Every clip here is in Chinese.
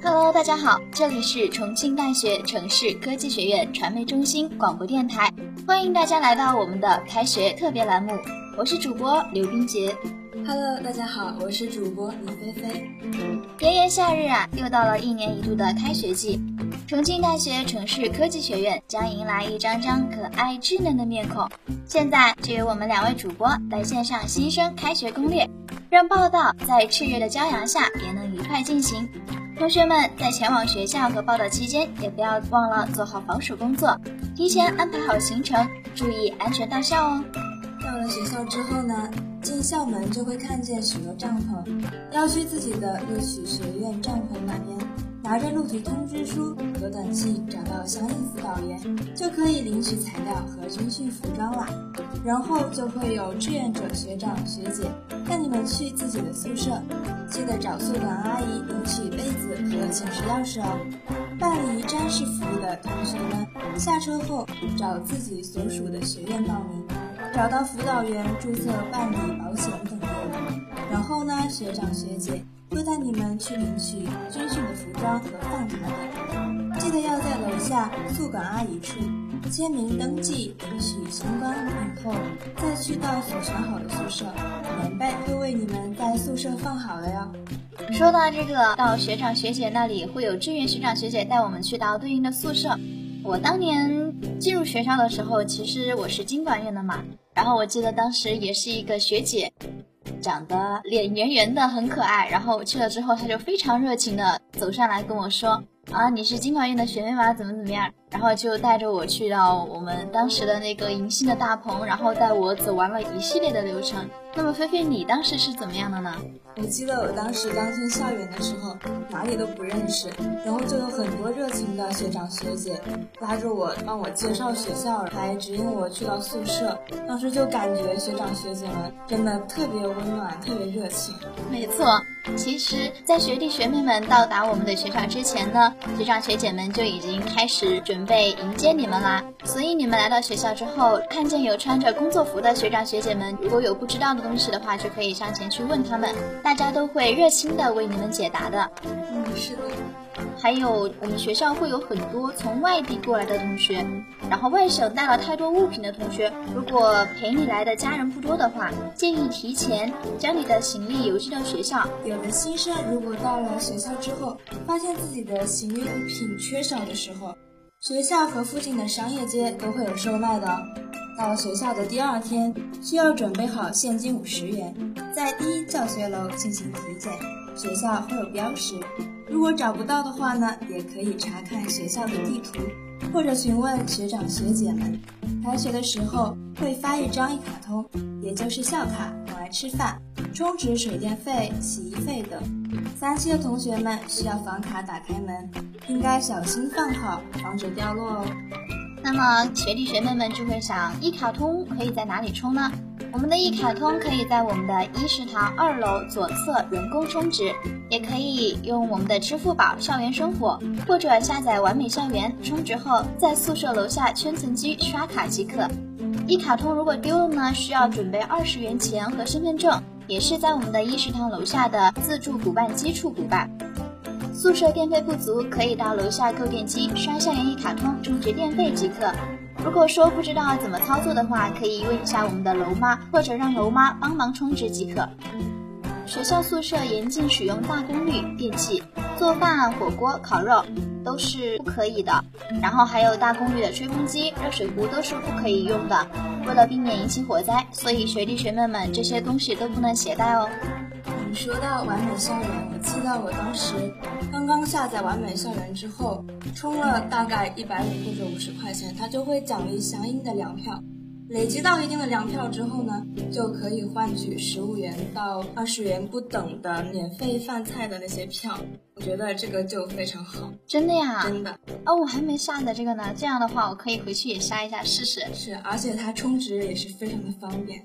Hello， 大家好，这里是重庆大学城市科技学院传媒中心广播电台，欢迎大家来到我们的开学特别栏目，我是主播刘冰洁。 Hello， 大家好，我是主播李菲菲。 炎炎夏日啊，又到了1年1度的开学季，重庆大学城市科技学院将迎来一张张可爱稚嫩的面孔。现在就由我们2位主播来线上新生开学攻略，让报到在炽热的骄阳下也能愉快进行。同学们在前往学校和报到期间，也不要忘了做好防暑工作，提前安排好行程，注意安全到校哦。 到了学校之后呢，进校门就会看见许多帐篷，要去自己的录取学院帐篷那边，拿着录取通知书和短信找到相应辅导员，就可以领取材料和军训服装啦。然后就会有志愿者学长学姐带你们去自己的宿舍，记得找宿管阿姨领取被子和寝室钥匙哦。办理战士服务的同学们，下车后找自己所属的学院报名，找到辅导员注册办理保险等业务。然后呢，学长学姐会带你们去领取军训的服装和饭卡等，记得要在楼下宿管阿姨处签名登记，领取相关物品后，再去到所选好的宿舍，棉被会为你们在宿舍放好了哟。 说到这个，到学长学姐那里会有志愿学长学姐带我们去到对应的宿舍。我当年进入学校的时候，其实我是经管院的嘛，然后我记得当时也是一个学姐，长得脸圆圆的很可爱，然后我去了之后，她就非常热情的走上来跟我说啊，你是经管院的学妹吗？怎么样？然后就带着我去到我们当时的那个迎新的大棚，然后带我走完了一系列的流程。那么菲菲，你当时是怎么样的呢？ 我记得我当时刚进校园的时候，哪里都不认识，然后就有很多热情的学长学姐拉着我帮我介绍学校，还指引我去到宿舍。当时就感觉学长学姐们真的特别温暖，特别热情。 没错，其实在学弟学妹们到达我们的学校之前呢，学长学姐们就已经开始准备迎接你们啦。所以你们来到学校之后，看见有穿着工作服的学长学姐们，如果有不知道的东西的话，就可以上前去问他们，大家都会热心的为你们解答的。 是的。 还有我们学校会有很多从外地过来的同学，然后外省带了太多物品的同学，如果陪你来的家人不多的话，建议提前将你的行李邮寄到学校。 有的新生如果到了学校之后，发现自己的行李物品缺少的时候，学校和附近的商业街都会有售卖的哦。到学校的第2天，需要准备好现金50元，在第1教学楼进行体检，学校会有标识。如果找不到的话呢，也可以查看学校的地图，或者询问学长学姐们。开学的时候会发一张一卡通，也就是校卡，用来吃饭、充值水电费、洗衣费等。3期的同学们需要房卡打开门，应该小心放好，防止掉落哦。 那么学弟学妹们就会想，一卡通可以在哪里充呢？我们的一卡通可以在我们的1食堂2楼左侧人工充值，也可以用我们的支付宝校园生活，或者下载完美校园，充值后在宿舍楼下圈层机刷卡即可。一卡通如果丢了呢，需要准备20元钱和身份证，也是在我们的1食堂楼下的自助补办机处补办。宿舍电费不足，可以到楼下购电机刷校园一卡通充值电费即可。如果说不知道怎么操作的话，可以问一下我们的楼妈，或者让楼妈帮忙充值即可。学校宿舍严禁使用大功率电器，做饭、火锅、烤肉都是不可以的。然后还有大功率的吹风机、热水壶都是不可以用的。为了避免引起火灾，所以学弟学妹们这些东西都不能携带哦。 说到完美校园，我记得我当时刚刚下载完美校园之后，充了大概150或者50块钱，它就会奖励相应的粮票。累积到一定的粮票之后呢，就可以换取15元到20元不等的免费饭菜的那些票。我觉得这个就非常好。 真的呀？ 真的。 我还没下载这个呢，这样的话我可以回去也下一下试试。 是，而且它充值也是非常的方便。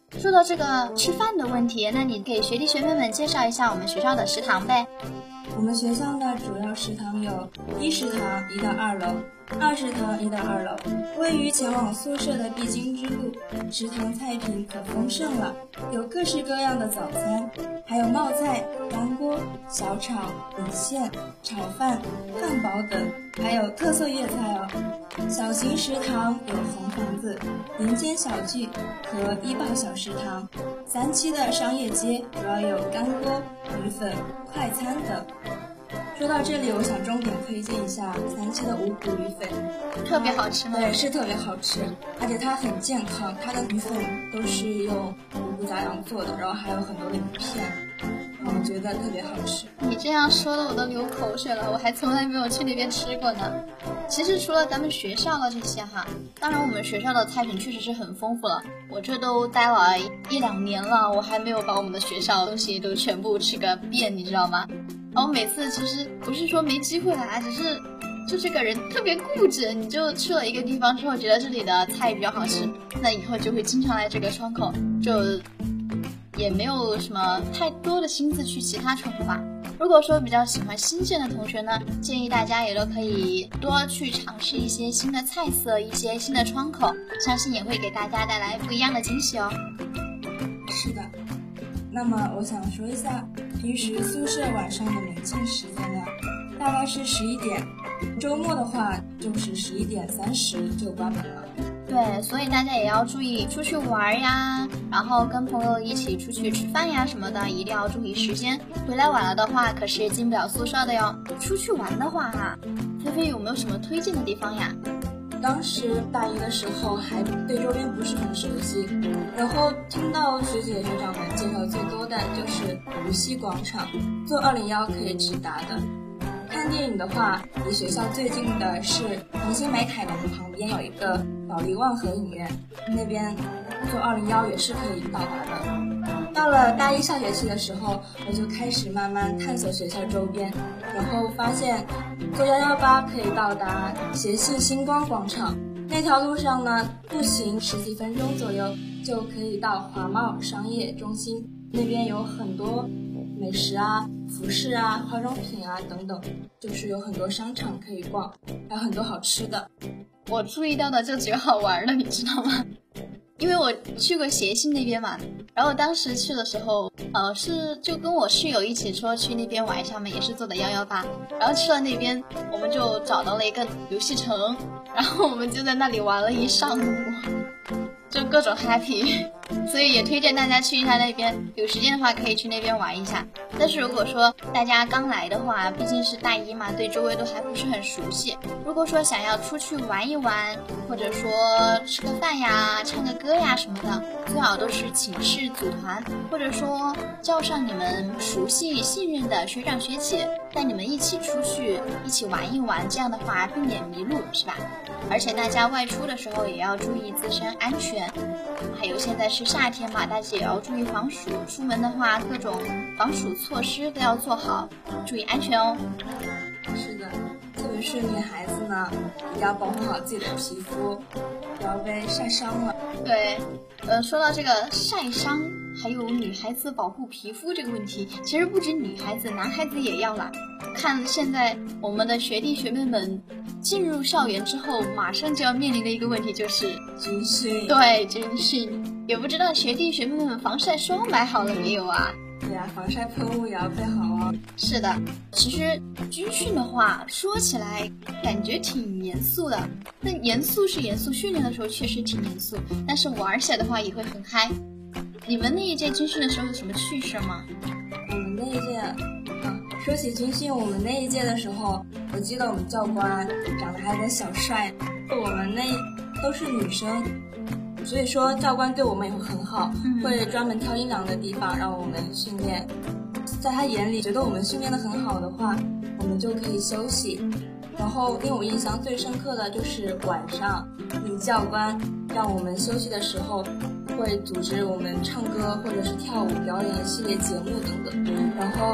说到这个吃饭的问题，那你给学弟学妹们介绍一下我们学校的食堂呗。 我们学校呢，主要食堂有一食堂1到2楼，二食堂1到2楼，位于前往宿舍的必经之路。食堂菜品可丰盛了，有各式各样的早餐，还有冒菜、干锅、小炒、米线、炒饭、汉堡等，还有特色粤菜哦。小型食堂有红房子、林间小聚和医报小食堂。3期的商业街主要有干锅、米粉、快餐等。说到这里，我想重点推荐一下3期的五谷米粉， 特别好吃吗？ 对，是特别好吃，而且它很健康，它的米粉都是用五谷杂粮做的，然后还有很多的鱼片，我觉得特别好吃。 你这样说的我都流口水了，我还从来没有去那边吃过呢。其实除了咱们学校的这些哈，当然我们学校的菜品确实是很丰富了，我这都待了1-2年了，我还没有把我们的学校的东西都全部吃个遍，你知道吗？然后每次其实不是说没机会啦，只是就这个人特别固执，你就去了一个地方之后觉得这里的菜比较好吃，那以后就会经常来这个窗口，就也没有什么太多的心思去其他窗口吧。如果说比较喜欢新鲜的同学呢，建议大家也都可以多去尝试一些新的菜色，一些新的窗口，相信也会给大家带来不一样的惊喜哦。 是的，那么我想说一下平时宿舍晚上的门禁时间呢，大概是11点，周末的话就是11点30就关门了。 对，所以大家也要注意出去玩呀，然后跟朋友一起出去吃饭呀什么的，一定要注意时间。回来晚了的话，可是进不了宿舍的哟。出去玩的话哈，菲菲有没有什么推荐的地方呀？ 当时大一的时候还对周边不是很熟悉，然后听到学姐学长们介绍最多的就是无锡广场，坐201可以直达的。看电影的话，离学校最近的是红星美凯龙旁边有一个保利万和影院，那边坐201也是可以到达的。到了大一下学期的时候，我就开始慢慢探索学校周边，然后发现坐118可以到达协信星光广场，那条路上呢，步行10几分钟左右就可以到华贸商业中心，那边有很多美食啊、服饰啊、化妆品啊等等，就是有很多商场可以逛，还有很多好吃的。 我注意到的就只有好玩的，你知道吗？因为我去过协信那边嘛，然后当时去的时候，是就跟我室友一起说去那边玩一下嘛，也是坐的118，然后去了那边，我们就找到了一个游戏城，然后我们就在那里玩了一上午，就各种 happy， 所以也推荐大家去一下那边，有时间的话可以去那边玩一下。但是如果说大家刚来的话，毕竟是大一嘛，对周围都还不是很熟悉，如果说想要出去玩一玩，或者说吃个饭呀、唱个歌呀什么的，最好都是寝室组团，或者说叫上你们熟悉信任的学长学姐，带你们一起出去一起玩一玩，这样的话避免迷路，是吧？而且大家外出的时候也要注意自身安全，还有现在是夏天嘛，大家也要注意防暑，出门的话各种防暑措施都要做好，注意安全哦。 是的，特别是女孩子呢，一定要保护好自己的皮肤，不要被晒伤了。 对，说到这个晒伤还有女孩子保护皮肤这个问题，其实不止女孩子，男孩子也要啦。看现在我们的学弟学妹们进入校园之后，马上就要面临的一个问题就是军训。 对，军训，也不知道学弟学妹们防晒霜买好了没有啊？ 对呀，防晒喷雾也要备好哦。 是的，其实军训的话说起来感觉挺严肃的，那严肃是严肃，训练的时候确实挺严肃，但是玩起来的话也会很嗨。你们那一届军训的时候有什么趣事吗？ 我们那一届说起军训，我们那一届的时候，我记得我们教官长得还有点小帅，我们那都是女生，所以说教官对我们也会很好，会专门挑阴凉的地方让我们训练。在他眼里觉得我们训练得很好的话，我们就可以休息。然后令我印象最深刻的就是晚上女教官让我们休息的时候会组织我们唱歌或者是跳舞表演一系列节目等等，然后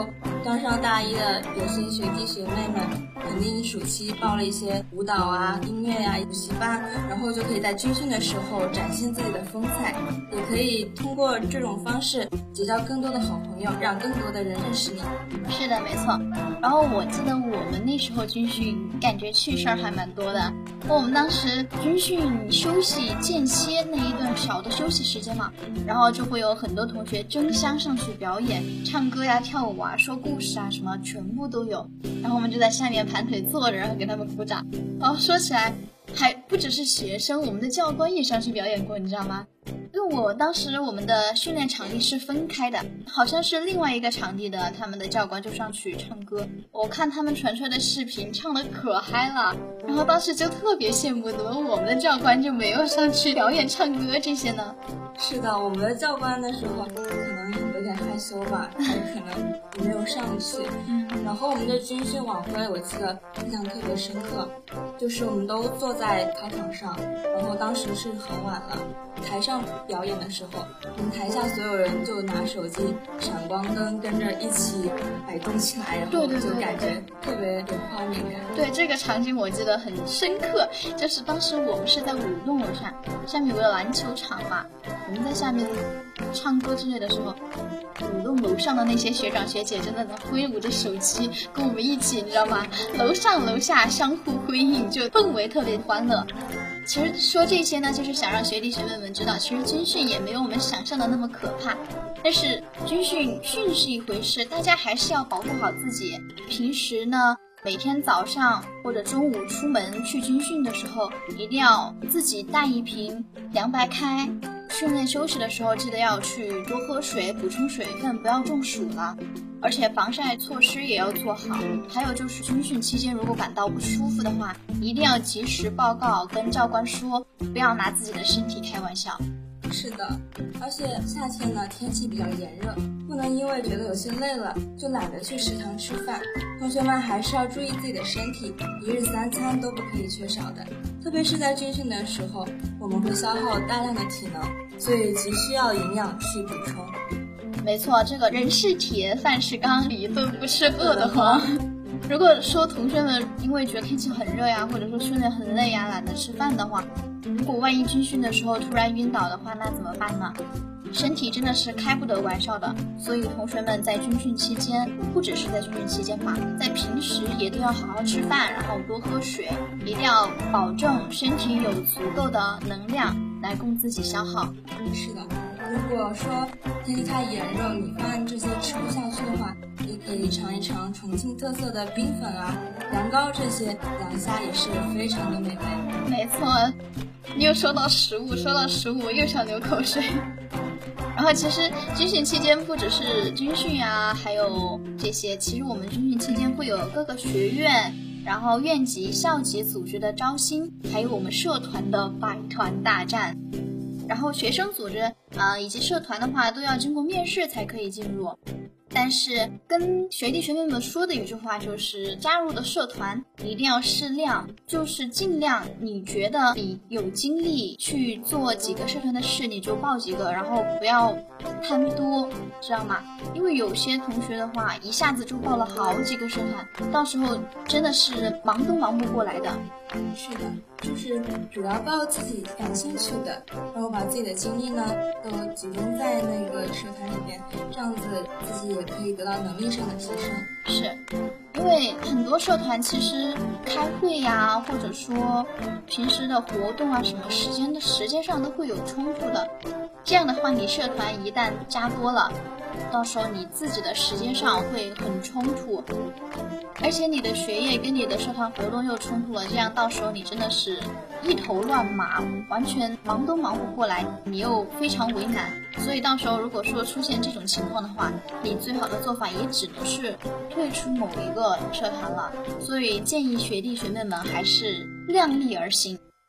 刚上大一的有些学弟学妹们肯定暑期报了一些舞蹈啊、音乐啊补习班，然后就可以在军训的时候展现自己的风采，也可以通过这种方式结交更多的好朋友，让更多的人认识你。 是的，没错。然后我记得我们那时候军训感觉趣事儿还蛮多的。我们当时军训休息间歇那一段小的休息时间嘛，然后就会有很多同学争相上去表演，唱歌呀、跳舞啊、说故事啊，什么全部都有。然后我们就在下面盘腿坐着，然后给他们鼓掌。然后说起来还不只是学生，我们的教官也上去表演过，你知道吗？因为当时我们的训练场地是分开的，好像是另外一个场地的他们的教官就上去唱歌，我看他们传出来的视频唱得可嗨了，然后当时就特别羡慕，怎么我们的教官就没有上去表演唱歌这些呢？ 是的，我们的教官那时候可能有点害羞吧，他可能没有上去。然后我们的军训晚会我记得印象特别深刻，就是我们都坐在考场上，然后当时是很晚了，台上表演的时候，我们台下所有人就拿手机闪光灯跟着一起摆动起来，然后就感觉特别有画面感。 对，这个场景我记得很深刻，就是当时我们是在5栋楼上，下面有个篮球场嘛，我们在下面唱歌之类的时候，5栋楼上的那些学长学姐真的能挥舞着手机跟我们一起，你知道吗？楼上楼下相互辉映，就氛围特别欢乐。其实说这些呢，就是想让学弟学妹们知道，其实军训也没有我们想象的那么可怕。但是军训是一回事，大家还是要保护好自己。平时呢，每天早上或者中午出门去军训的时候，一定要自己带一瓶凉白开。训练休息的时候，记得要去多喝水，补充水分，不要中暑了。而且防晒措施也要做好。还有就是军训期间，如果感到不舒服的话，一定要及时报告，跟教官说，不要拿自己的身体开玩笑。 是的，而且夏天呢，天气比较炎热，不能因为觉得有些累了就懒得去食堂吃饭。同学们还是要注意自己的身体，一日3餐都不可以缺少的。特别是在军训的时候，我们会消耗大量的体能，所以急需要营养去补充。 没错，这个人是铁，饭是钢，里顿不吃饿得慌。如果说同学们因为觉得天气很热呀，或者说训练很累呀，懒得吃饭的话，如果万一军训的时候突然晕倒的话，那怎么办呢？身体真的是开不得玩笑的，所以同学们在军训期间，不只是在军训期间吧，在平时也都要好好吃饭，然后多喝水，一定要保证身体有足够的能量来供自己消耗。 是的，如果说天气太炎热，米饭这些吃不下去的话，也可以尝一尝重庆特色的冰粉啊、凉糕这些，凉虾也是非常的美味。 没错，你又说到食物，又想流口水。然后其实军训期间不只是军训啊，还有这些，其实我们军训期间会有各个学院，然后院级、校级组织的招新，还有我们社团的百团大战。然后学生组织以及社团的话都要经过面试才可以进入。但是跟学弟学妹们说的一句话就是，加入的社团一定要适量，就是尽量你觉得你有精力去做几个社团的事，你就报几个，然后不要贪多，知道吗？因为有些同学的话一下子就报了好几个社团，到时候真的是忙都忙不过来的。 是的，就是主要报自己感兴趣的，然后把自己的精力呢都集中在那个社团里边，这样子自己也可以得到能力上的提升。 是因为很多社团其实开会呀，或者说平时的活动啊，什么时间上都会有冲突的。这样的话，你社团一旦加多了，到时候你自己的时间上会很冲突，而且你的学业跟你的社团活动又冲突了，这样到时候你真的是一头乱麻，完全忙都忙不过来，你又非常为难。所以到时候如果说出现这种情况的话，你最好的做法也只能是退出某一个社团了。所以建议学弟学妹们还是量力而行。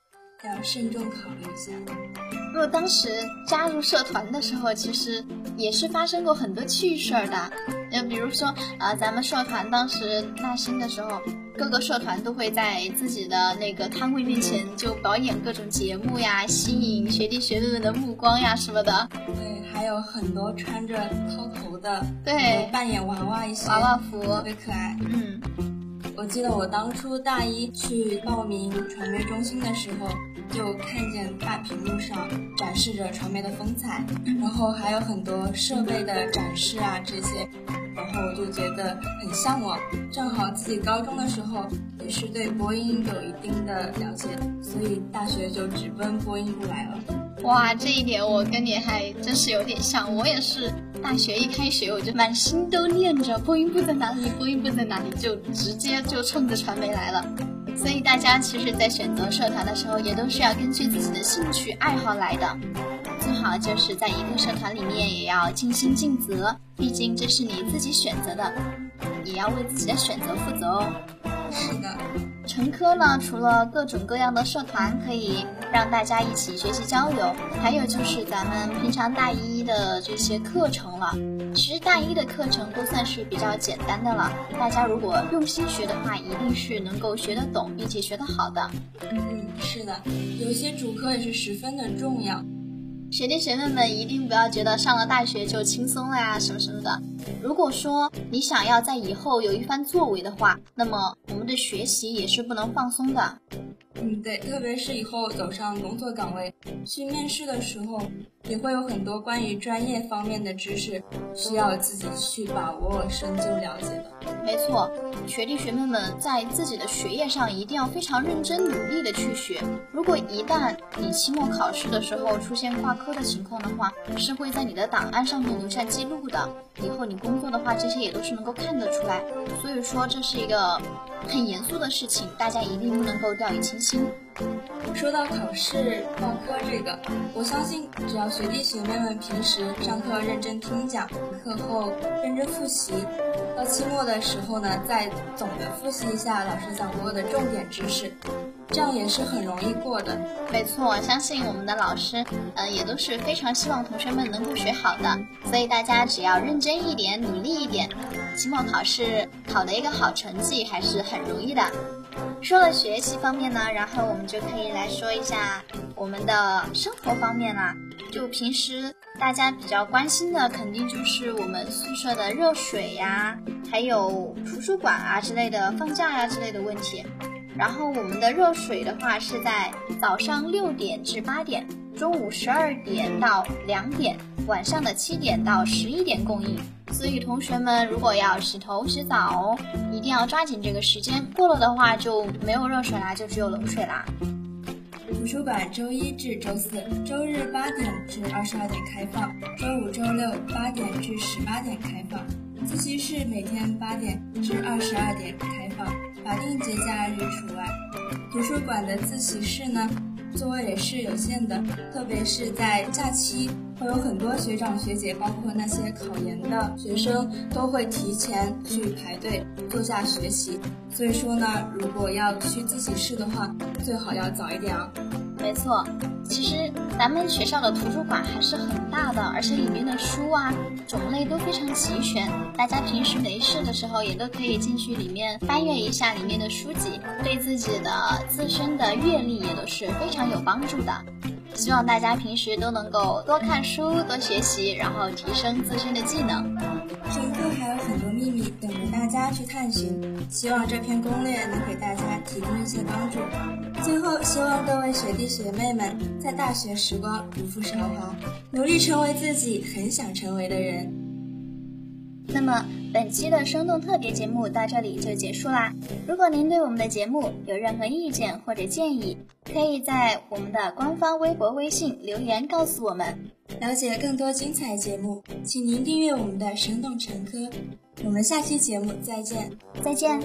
要慎重考虑一下。 如果当时加入社团的时候，其实也是发生过很多趣事儿的。比如说咱们社团当时纳新的时候，各个社团都会在自己的那个摊位面前就表演各种节目呀，吸引学弟学妹们的目光呀什么的。 对，还有很多穿着套头的， 对， 扮演娃娃一些娃娃服， 特别可爱。我记得我当初大一去报名传媒中心的时候，就看见大屏幕上展示着传媒的风采，然后还有很多设备的展示啊这些，然后我就觉得很向往。正好自己高中的时候也是对播音有一定的了解，所以大学就直奔播音部来了。 哇，这一点我跟你还真是有点像，我也是大学一开学我就满心都念着播音部在哪里，播音部在哪里，就直接就冲着传媒来了。所以大家其实在选择社团的时候也都是要根据自己的兴趣爱好来的，最好就是在一个社团里面也要尽心尽责，毕竟这是你自己选择的，也要为自己的选择负责哦。 是的， 成科呢，除了各种各样的社团可以让大家一起学习交流，还有就是咱们平常大一的这些课程了。其实大一的课程都算是比较简单的了，大家如果用心学的话，一定是能够学得懂并且学得好的。 是的，有些主课也是十分的重要。 学弟学妹们一定不要觉得上了大学就轻松了呀什么什么的。如果说你想要在以后有一番作为的话，那么我们的学习也是不能放松的。 对，特别是以后走上工作岗位，去面试的时候，也会有很多关于专业方面的知识需要自己去把握、深究了解的。 没错，学弟学妹们在自己的学业上一定要非常认真努力的去学。如果一旦你期末考试的时候出现挂科的情况的话，是会在你的档案上面留下记录的。以后你工作的话，这些也都是能够看得出来。所以说这是一个很严肃的事情，大家一定不能够掉以轻心。 说到考试挂科这个，我相信只要学弟学妹们平时上课认真听讲，课后认真复习，到期末的时候呢，再总的复习一下老师讲过的重点知识，这样也是很容易过的。 没错，相信我们的老师也都是非常希望同学们能够学好的，所以大家只要认真一点，努力一点，期末考试考得一个好成绩还是很容易的。说了学习方面呢，然后我们就可以来说一下我们的生活方面啦。就平时大家比较关心的肯定就是我们宿舍的热水呀，还有图书馆啊之类的，放假呀之类的问题。然后我们的热水的话是在早上6点至8点，中午12点到2点，晚上的7点到11点供应。所以同学们如果要洗头洗澡，一定要抓紧这个时间，过了的话就没有热水啦，就只有冷水啦。 图书馆周一至周四、周日8点至22点开放，周五、周六8点至18点开放。自习室每天8点至22点开放，法定节假日除外。图书馆的自习室呢，座位也是有限的，特别是在假期，会有很多学长学姐，包括那些考研的学生，都会提前去排队坐下学习。所以说呢，如果要去自习室的话，最好要早一点啊。 没错，其实咱们学校的图书馆还是很大的，而且里面的书啊种类都非常齐全，大家平时没事的时候也都可以进去里面翻阅一下里面的书籍，对自己的自身的阅历也都是非常有帮助的。希望大家平时都能够多看书、多学习，然后提升自身的技能。 这一课还有很多秘密等着大家去探寻，希望这篇攻略能给大家提供一些帮助。最后，希望各位学弟学妹们在大学时光不负韶华，努力成为自己很想成为的人。 那么本期的生动特别节目到这里就结束啦。如果您对我们的节目有任何意见或者建议，可以在我们的官方微博、微信留言告诉我们。 了解更多精彩节目，请您订阅我们的生动成科。我们下期节目再见。 再见。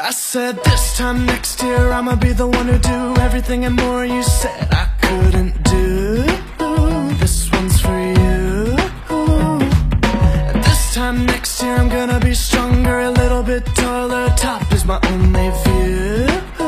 I said this time next year I'ma be the one who do everything and more you said I couldn't do. This one's for you. And this time next year I'm gonna be stronger, a little bit taller. Top is my only view.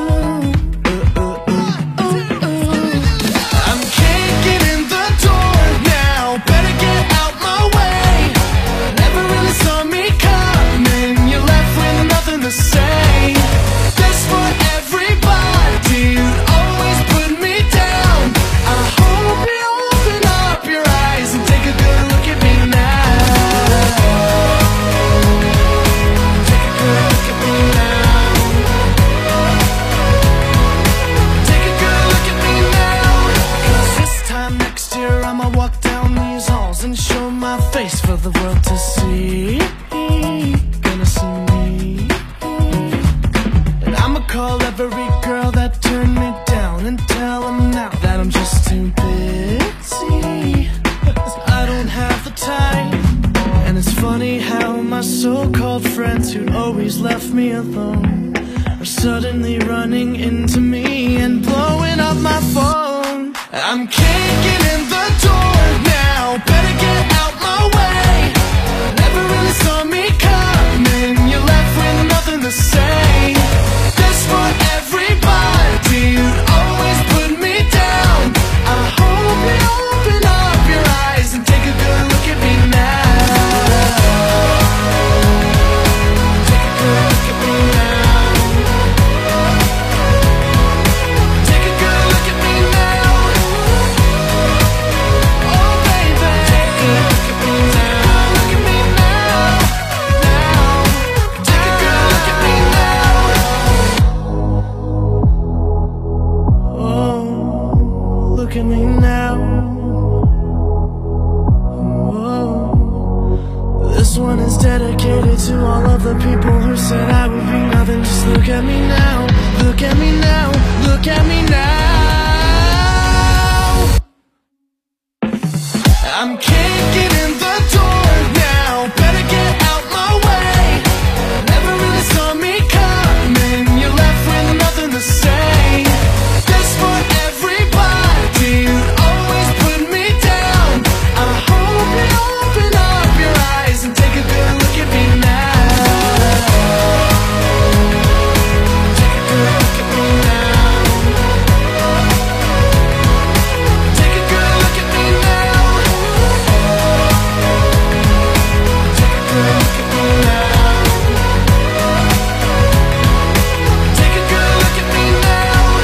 I'm kicking in the door now, better get out my way. Never really saw me coming, you're left with nothing to say. This for everybody, you'd always put me down. I hope you open up your eyes and take a good look at me now. Take a good look at me now. Take a good look at me now. 'Cause this time next year I'ma walk down these halls and show my face for the world to see. Gonna see me. And I'ma call every girl that turned me down and tell them now that I'm just too busy. I don't have the time. And it's funny how my so-called friends who'd always left me alone are suddenly running into me and blowing up my phone. I'm kicking in the door now, better get out my way. Never really saw me coming, you're left with nothing to say. This for everybody, you'd always put me down. I hope you open up your eyes and take a good look at me now. Take a good look at me now. Take a good look at me now. Oh baby, take a good look at me now. Look at me now, now. Take a good look at me now. Oh, look at me now. Oh, this one is dedicated to all of the people who said I would be nothing. Just look at me now. Look at me now. Look at me now. I'm kicking in the door now, better get out my way. Never really saw me coming, you're left with nothing to say. This for everybody, you'd always put me down. I hope you open up your eyes and take a good look at me now. Take a good look at me now. Take a good look at me now. Take a good look at me now. Take a good look at me now.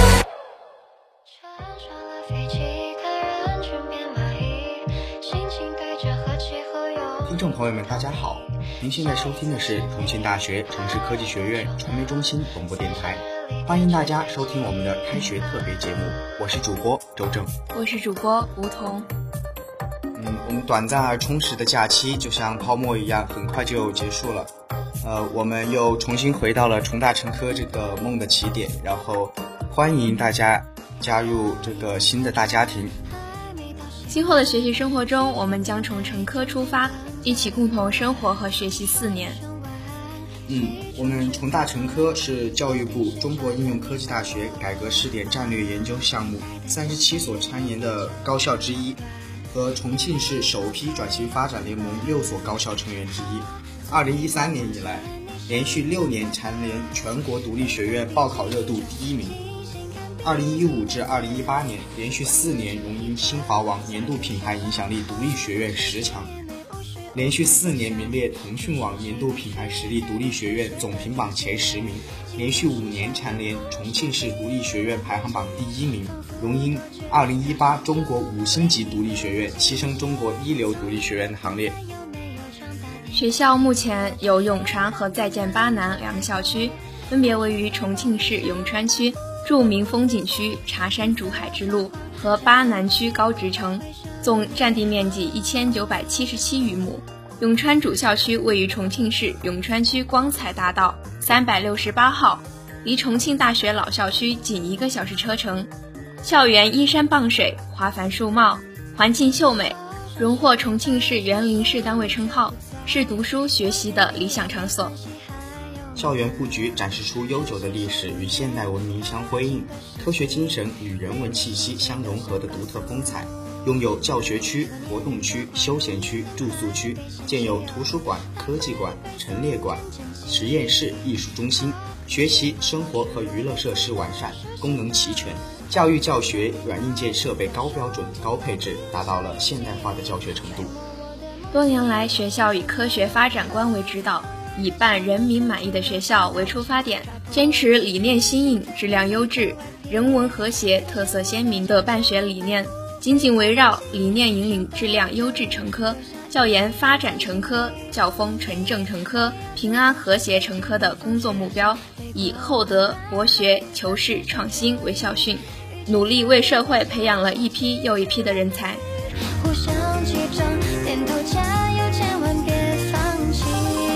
乘上了飞机，看人群变蚂蚁，心情带着和气和忧。 听众朋友们，大家好，您现在收听的是重庆大学城市科技学院传媒中心广播电台，欢迎大家收听我们的开学特别节目，我是主播周正。 我是主播吴桐。 我们短暂而充实的假期就像泡沫一样，很快就结束了。我们又重新回到了重大成科这个梦的起点，然后欢迎大家加入这个新的大家庭。 今后的学习生活中，我们将从成科出发，一起共同生活和学习4年。 我们重大成科是教育部中国应用科技大学改革试点战略研究项目37所参研的高校之一，和重庆市首批转型发展联盟6所高校成员之一。2013年以来，连续6年蝉联全国独立学院报考热度第1名。2015至2018年，连续4年荣膺新华网年度品牌影响力独立学院10强，连续4年名列腾讯网年度品牌实力独立学院总评榜前10名，连续5年蝉联重庆市独立学院排行榜第1名，荣膺2018中国5星级独立学院跻身中国一流独立学院的行列。 学校目前有永传和在建巴南2个校区，分别位于重庆市永川区著名风景区茶山竹海之路和巴南区高直城，总占地面积1977余亩。永川主校区位于重庆市永川区光彩大道368号，离重庆大学老校区仅1个小时车程。校园依山傍水，花繁树茂，环境秀美，荣获重庆市园林市单位称号，是读书学习的理想场所。 校园布局展示出悠久的历史与现代文明相辉映，科学精神与人文气息相融合的独特风采。拥有教学区、活动区、休闲区、住宿区，建有图书馆、科技馆、陈列馆、实验室、艺术中心，学习、生活和娱乐设施完善，功能齐全。教育教学软硬件设备高标准、高配置，达到了现代化的教学程度。 多年来，学校以科学发展观为指导，以办人民满意的学校为出发点，坚持理念新颖、质量优质、人文和谐、特色鲜明的办学理念，紧紧围绕理念引领质量优质成科、教研发展成科、教风纯正成科、平安和谐成科的工作目标，以厚德、博学、求是、创新为校训，努力为社会培养了一批又一批的人才。 互相击掌，点头加油，千万别放弃。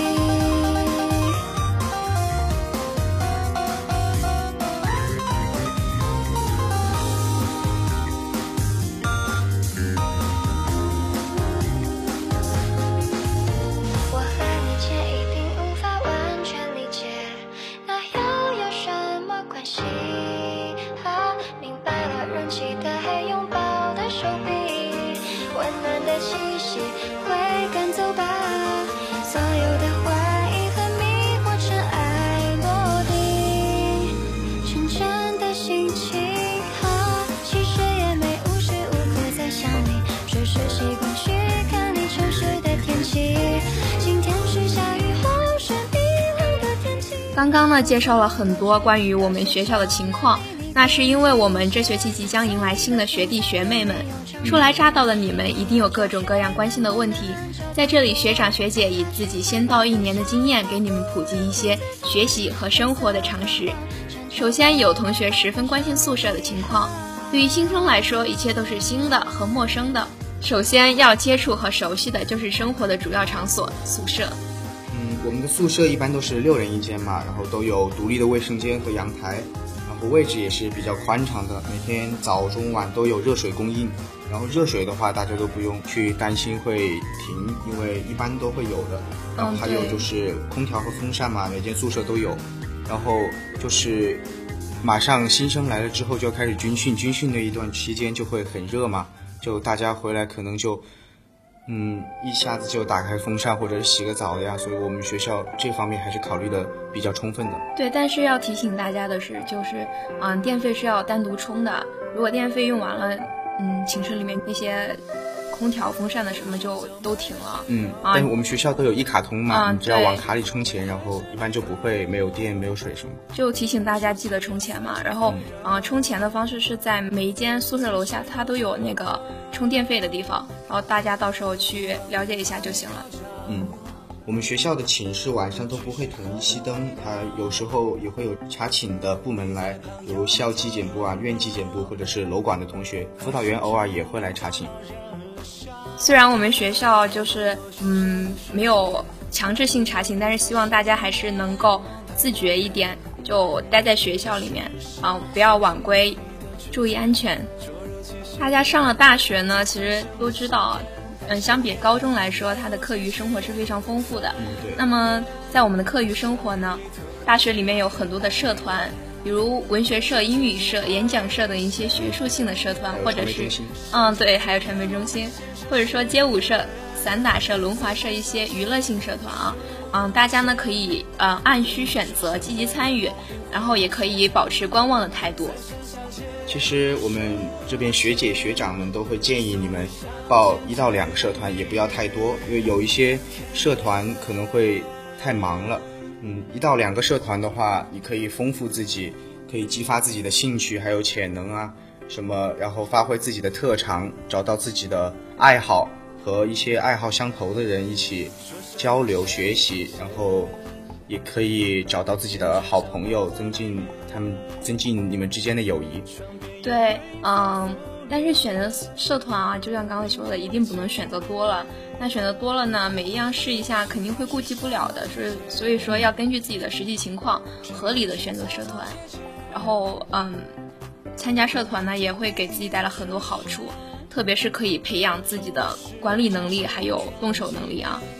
我和你间一定无法完全理解，那又有什么关系？明白了，人期待拥抱的手臂，温暖的气息会赶走吧，所有的怀疑和迷惑尘埃落定，纯真的心情其实也没无时无刻在想你，只是习惯去看你城市的天气，今天是下雨后是冰冷的天气。 刚刚呢介绍了很多关于我们学校的情况，那是因为我们这学期即将迎来新的学弟学妹们，初来乍到的你们一定有各种各样关心的问题，在这里学长学姐以自己先到1年的经验给你们普及一些学习和生活的常识。首先，有同学十分关心宿舍的情况，对于新生来说，一切都是新的和陌生的，首先要接触和熟悉的就是生活的主要场所宿舍。 我们的宿舍一般都是6人一间嘛，然后都有独立的卫生间和阳台，然后位置也是比较宽敞的，每天早中晚都有热水供应。然后热水的话，大家都不用去担心会停，因为一般都会有的。然后还有就是空调和风扇嘛，每间宿舍都有。然后就是马上新生来了之后就要开始军训，军训的一段期间就会很热嘛，就大家回来可能就一下子就打开风扇或者是洗个澡的呀，所以我们学校这方面还是考虑的比较充分的。 对，但是要提醒大家的是，就是电费是要单独充的，如果电费用完了，寝室里面那些空调、风扇的什么就都停了。 但是我们学校都有一卡通嘛，你只要往卡里充钱，然后一般就不会没有电、没有水什么。 就提醒大家记得充钱嘛。然后充钱的方式是在每一间宿舍楼下，它都有那个充电费的地方，然后大家到时候去了解一下就行了。 我们学校的寝室晚上都不会统一熄灯，它有时候也会有查寝的部门来，比如校纪检部啊、院纪检部或者是楼管的同学，辅导员偶尔也会来查寝。 虽然我们学校就是没有强制性查寝，但是希望大家还是能够自觉一点，就待在学校里面不要晚归，注意安全。大家上了大学呢，其实都知道相比高中来说，它的课余生活是非常丰富的。那么在我们的课余生活呢，大学里面有很多的社团，比如文学社、英语社、演讲社等一些学术性的社团，或者是对，还有传媒中心，或者说街舞社、散打社、轮滑社一些娱乐性社团大家呢可以按需选择积极参与，然后也可以保持观望的态度。 其实我们这边学姐学长们都会建议你们报1到2个社团，也不要太多，因为有一些社团可能会太忙了。1到2个社团的话，你可以丰富自己，可以激发自己的兴趣还有潜能啊什么，然后发挥自己的特长，找到自己的爱好，和一些爱好相投的人一起交流学习，然后也可以找到自己的好朋友，增进你们之间的友谊。 对，但是选择社团就像刚才说的，一定不能选择多了。那选择多了呢，每一样试一下，肯定会顾及不了的，所以说要根据自己的实际情况，合理的选择社团。然后，参加社团呢，也会给自己带来很多好处，特别是可以培养自己的管理能力，还有动手能力之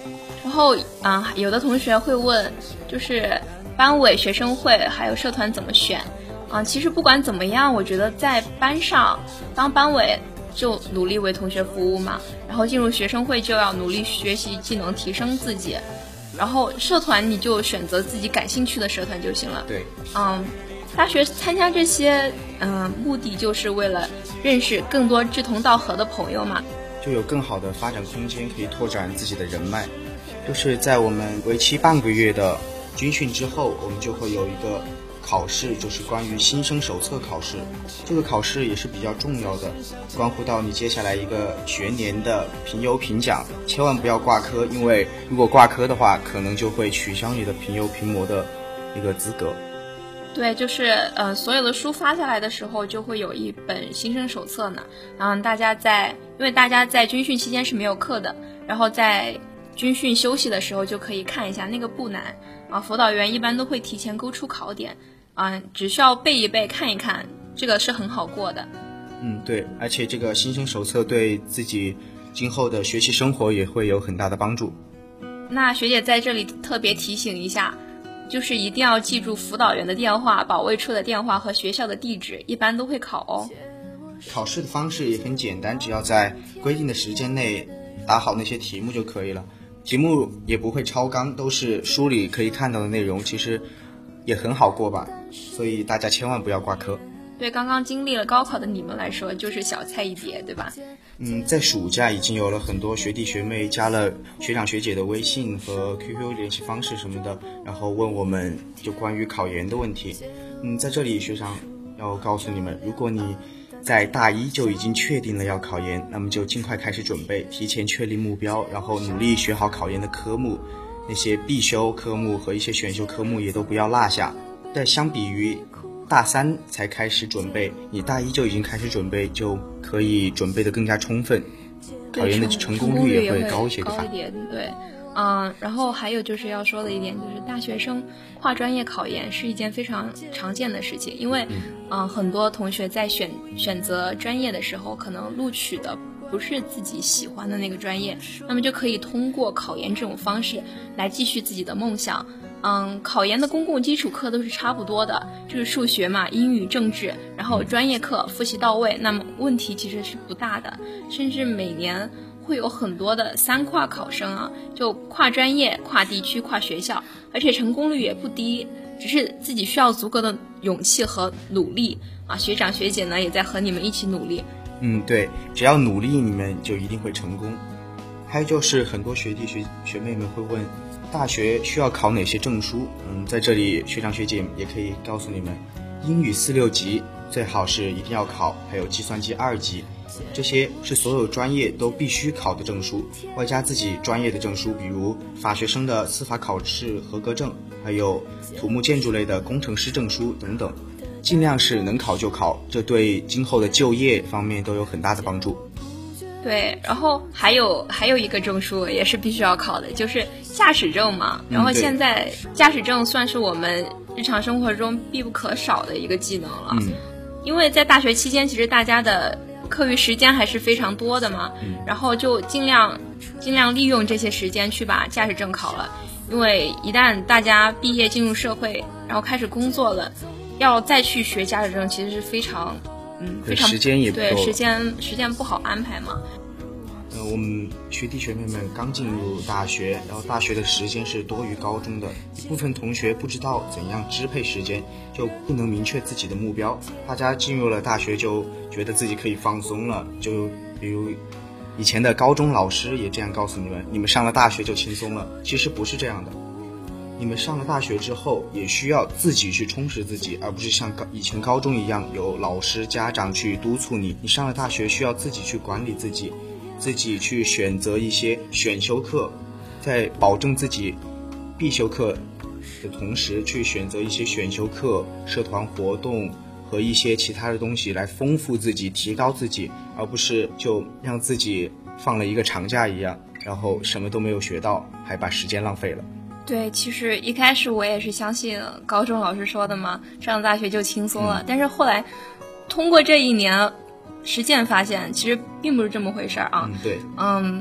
然后有的同学会问，就是班委、学生会还有社团怎么选？其实不管怎么样，我觉得在班上当班委就努力为同学服务嘛，然后进入学生会就要努力学习技能，提升自己，然后社团你就选择自己感兴趣的社团就行了。 对， 大学参加这些目的就是为了认识更多志同道合的朋友嘛， 就有更好的发展空间，可以拓展自己的人脉。就是在我们为期半个月的军训之后，我们就会有一个考试，就是关于新生手册考试。这个考试也是比较重要的，关乎到你接下来一个学年的评优评奖，千万不要挂科，因为如果挂科的话，可能就会取消你的评优评模的一个资格。 对，就是所有的书发下来的时候，就会有一本新生手册呢。因为大家在军训期间是没有课的，然后在军训休息的时候就可以看一下，那个不难辅导员一般都会提前勾出考点只需要背一背看一看，这个是很好过的。 对，而且这个新生手册对自己今后的学习生活也会有很大的帮助。 那学姐在这里特别提醒一下，就是一定要记住辅导员的电话、保卫处的电话和学校的地址，一般都会考哦。 考试的方式也很简单，只要在规定的时间内答好那些题目就可以了。题目也不会超纲，都是书里可以看到的内容，其实也很好过吧，所以大家千万不要挂科。 对刚刚经历了高考的你们来说，就是小菜一碟，对吧？ 在暑假已经有了很多学弟学妹加了学长学姐的微信和 QQ 联系方式什么的，然后问我们就关于考研的问题。在这里学长要告诉你们，如果你在大一就已经确定了要考研，那么就尽快开始准备，提前确立目标，然后努力学好考研的科目，那些必修科目和一些选修科目也都不要落下。但相比于大三才开始准备，你大一就已经开始准备，就可以准备得更加充分，考研的成功率也会高一些，对吧？ 对，然后还有就是要说的一点，就是大学生跨专业考研是一件非常常见的事情，因为很多同学在选择专业的时候，可能录取的不是自己喜欢的那个专业，那么就可以通过考研这种方式来继续自己的梦想。考研的公共基础课都是差不多的，就是数学嘛、英语、政治，然后专业课复习到位，那么问题其实是不大的，甚至每年会有很多的3跨考生就跨专业、跨地区、跨学校，而且成功率也不低，只是自己需要足够的勇气和努力学长学姐呢也在和你们一起努力。 对，只要努力你们就一定会成功。还有就是很多学弟学妹们会问，大学需要考哪些证书？在这里学长学姐也可以告诉你们，英语4、6级最好是一定要考，还有计算机2级，这些是所有专业都必须考的证书，外加自己专业的证书，比如法学生的司法考试合格证，还有土木建筑类的工程师证书等等，尽量是能考就考，这对今后的就业方面都有很大的帮助。 对，然后还有一个证书也是必须要考的，就是驾驶证嘛。然后现在驾驶证算是我们日常生活中必不可少的一个技能了。因为在大学期间，其实大家的课余时间还是非常多的嘛，然后就尽量利用这些时间去把驾驶证考了。因为一旦大家毕业进入社会，然后开始工作了，要再去学驾驶证，其实是非常时间也不够， 对，时间不好安排嘛。 我们学弟学妹们刚进入大学，然后大学的时间是多于高中的，一部分同学不知道怎样支配时间，就不能明确自己的目标。大家进入了大学就觉得自己可以放松了，就比如以前的高中老师也这样告诉你们，你们上了大学就轻松了，其实不是这样的。你们上了大学之后也需要自己去充实自己，而不是像以前高中一样有老师家长去督促你。你上了大学需要自己去管理自己，自己去选择一些选修课，在保证自己必修课的同时去选择一些选修课、社团活动和一些其他的东西来丰富自己、提高自己，而不是就让自己放了一个长假一样，然后什么都没有学到，还把时间浪费了。 对，其实一开始我也是相信高中老师说的嘛，上大学就轻松了。但是后来通过这1年实践发现，其实并不是这么回事啊。 对，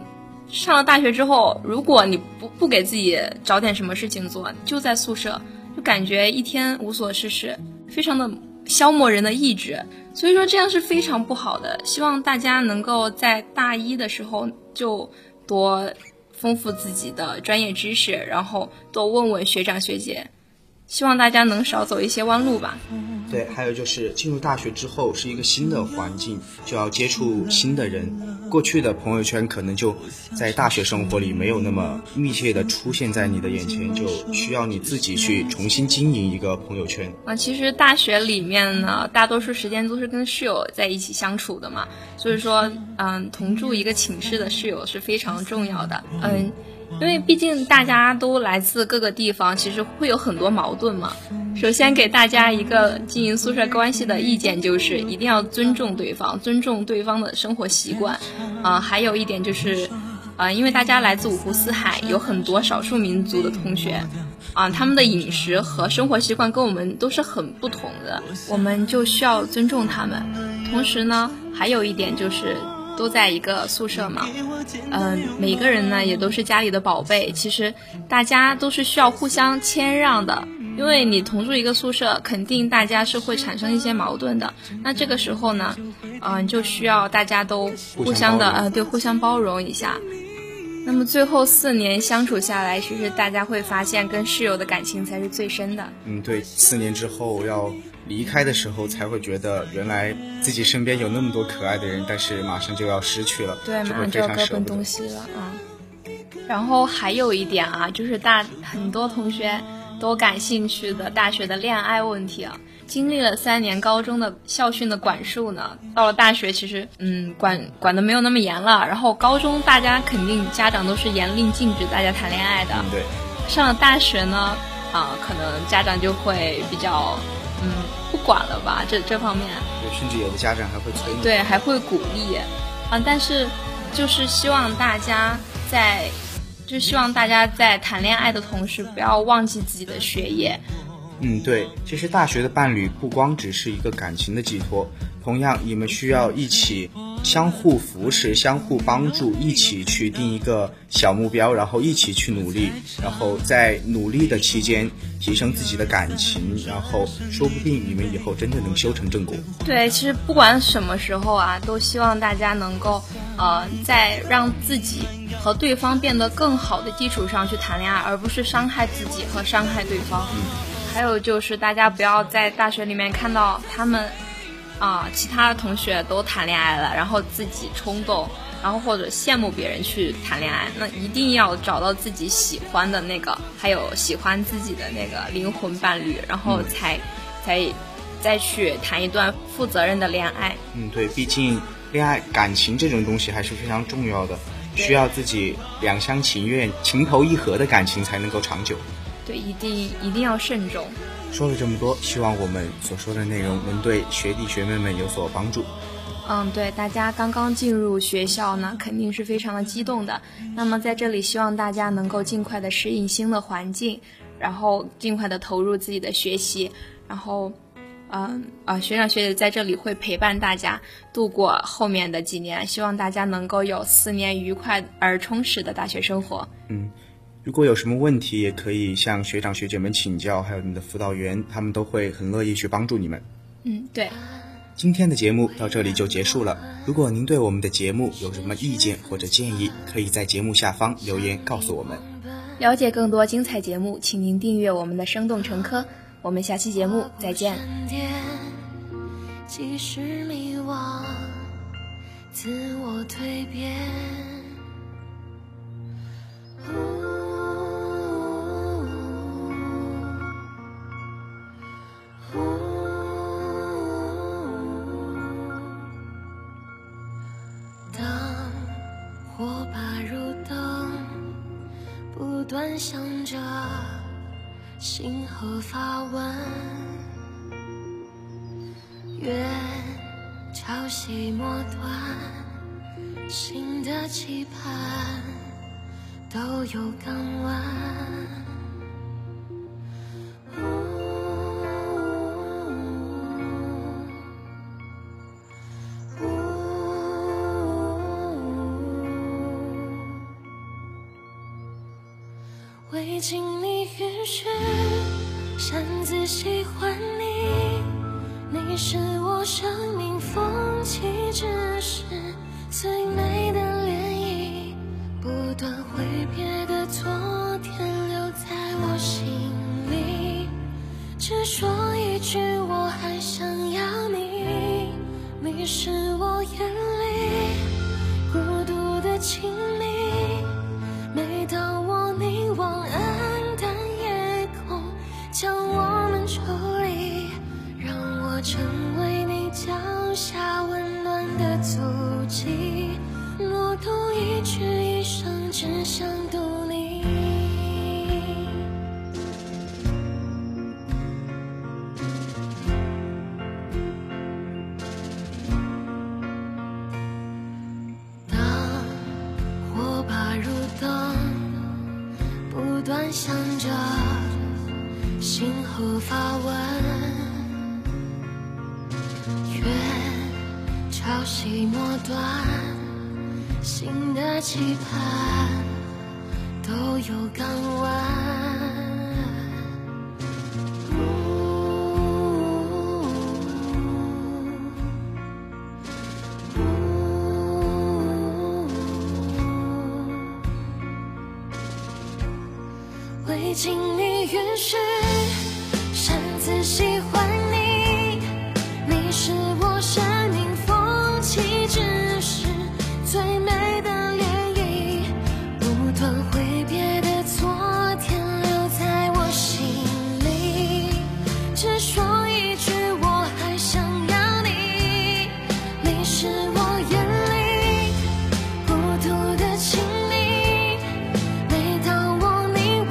上了大学之后，如果你不给自己找点什么事情做，就在宿舍，就感觉一天无所事事，非常的消磨人的意志。所以说这样是非常不好的。希望大家能够在大一的时候就多丰富自己的专业知识，然后多问问学长学姐，希望大家能少走一些弯路吧。 对，还有就是进入大学之后是一个新的环境，就要接触新的人。过去的朋友圈可能就在大学生活里没有那么密切的出现在你的眼前，就需要你自己去重新经营一个朋友圈。 其实大学里面呢，大多数时间都是跟室友在一起相处的嘛，所以说同住一个寝室的室友是非常重要的。因为毕竟大家都来自各个地方，其实会有很多矛盾嘛。首先给大家一个经营宿舍关系的意见，就是一定要尊重对方，尊重对方的生活习惯。还有一点就是因为大家来自五湖四海，有很多少数民族的同学他们的饮食和生活习惯跟我们都是很不同的，我们就需要尊重他们。同时呢，还有一点就是都在一个宿舍嘛，每个人呢也都是家里的宝贝，其实大家都是需要互相谦让的，因为你同住一个宿舍，肯定大家是会产生一些矛盾的。那这个时候呢，就需要大家都互相的互相包容一下。那么最后4年相处下来，其实大家会发现跟室友的感情才是最深的。 对，4年之后要离开的时候才会觉得原来自己身边有那么多可爱的人，但是马上就要失去了， 对，马上就要各奔东西了然后还有一点就是很多同学都感兴趣的大学的恋爱问题经历了3年高中的校训的管束呢，到了大学其实管的没有那么严了。然后高中大家肯定家长都是严令禁止大家谈恋爱的。 对， 上了大学呢可能家长就会比较不管了吧，这方面。 对，甚至有的家长还会催你。 对，还会鼓励但是就是希望大家在谈恋爱的同时，不要忘记自己的学业。 对，其实大学的伴侣不光只是一个感情的寄托，同样你们需要一起相互扶持、相互帮助，一起去定一个小目标，然后一起去努力，然后在努力的期间提升自己的感情，然后说不定你们以后真的能修成正果。 对，其实不管什么时候都希望大家能够在让自己和对方变得更好的基础上去谈恋爱，而不是伤害自己和伤害对方。还有就是大家不要在大学里面看到他们其他的同学都谈恋爱了，然后自己冲动，然后或者羡慕别人去谈恋爱。那一定要找到自己喜欢的那个，还有喜欢自己的那个灵魂伴侣，然后再去谈一段负责任的恋爱。 对，毕竟恋爱感情这种东西还是非常重要的，需要自己两厢情愿、情投意合的感情才能够长久。 对，一定要慎重。 说了这么多，希望我们所说的内容能对学弟学妹们有所帮助。 对，大家刚刚进入学校呢，肯定是非常的激动的。那么在这里，希望大家能够尽快的适应新的环境，然后尽快的投入自己的学习。然后，学长学姐在这里会陪伴大家度过后面的几年，希望大家能够有4年愉快而充实的大学生活。 如果有什么问题，也可以向学长学姐们请教，还有你的辅导员，他们都会很乐意去帮助你们。 对。 今天的节目到这里就结束了。如果您对我们的节目有什么意见或者建议，可以在节目下方留言告诉我们。 了解更多精彩节目，请您订阅我们的生动成科。我们下期节目再见。 即使迷惘，自我蜕变。当火把如灯，不断响着星河发问，月潮汐末端，心的期盼都有港湾。 未经你允许，擅自喜欢你。你是我生命风起之时最美的涟漪，不断挥别的昨天留在我心里。只说一句，我还想要你。你是我眼里孤独的亲密，每当我凝望暗淡夜空，将我们抽离，让我成为你脚下温暖的足迹，默读一句，一生只想读你。不断想着心和发问，月潮汐末端，心的期盼都有港湾。未经你允许，擅自喜欢你。你是我生命风起之时最美的涟漪，不断挥别的昨天留在我心里。只说一句，我还想要你。你是我眼里孤独的亲密，每当我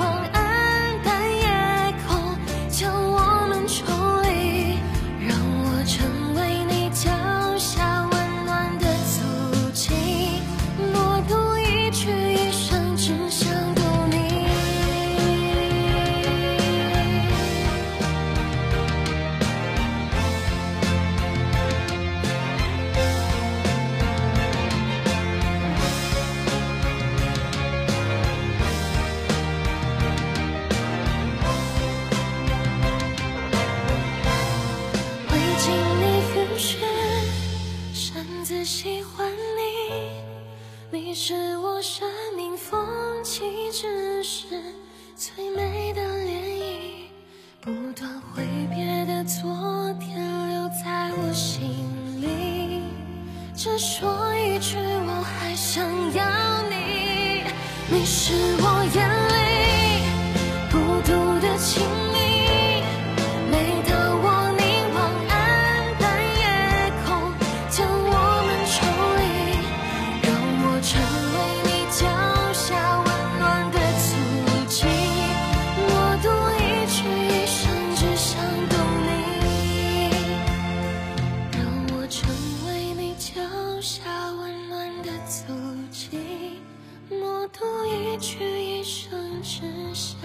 喜欢你，你是我生命风起之时最美的涟漪，不断挥别的昨天留在我心里。只说一句，我还想要你。你是我眼里孤独的亲密，每当我凝望暗淡夜空，将我们抽离，让我成为你脚下温暖的足迹，默读一句，一生只想读你，让我成为你脚下温暖的足迹，默读一句，一生只想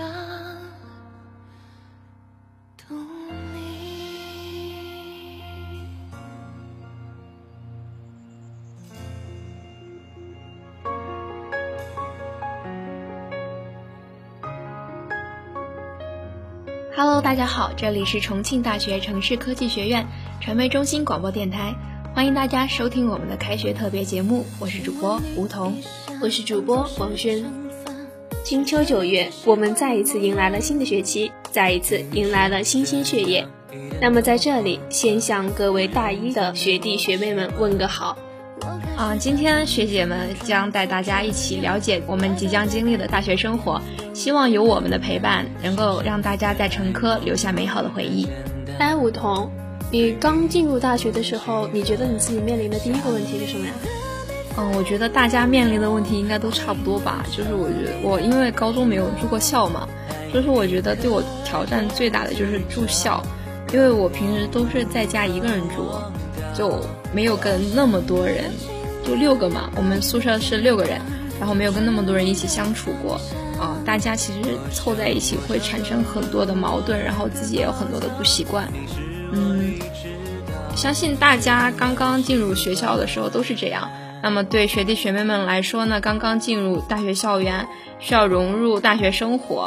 读你。 Hello， 大家好，这里是重庆大学城市科技学院传媒中心广播电台，欢迎大家收听我们的开学特别节目，我是主播吴桐， 我是主播王轩。金秋9月，我们再一次迎来了新的学期，再一次迎来了新鲜血液。那么在这里，先向各位大一的学弟学妹们问个好。 今天学姐们将带大家一起了解我们即将经历的大学生活，希望有我们的陪伴，能够让大家在成科留下美好的回忆。 吴桐，你刚进入大学的时候，你觉得你自己面临的第一个问题是什么呀？ 我觉得大家面临的问题应该都差不多吧，就是我觉得我因为高中没有住过校嘛，就是我觉得对我挑战最大的就是住校，因为我平时都是在家一个人住，就没有跟那么多人，就6个嘛，我们宿舍是6个人，然后没有跟那么多人一起相处过大家其实凑在一起会产生很多的矛盾，然后自己也有很多的不习惯。相信大家刚刚进入学校的时候都是这样。那么对学弟学妹们来说呢，刚刚进入大学校园，需要融入大学生活，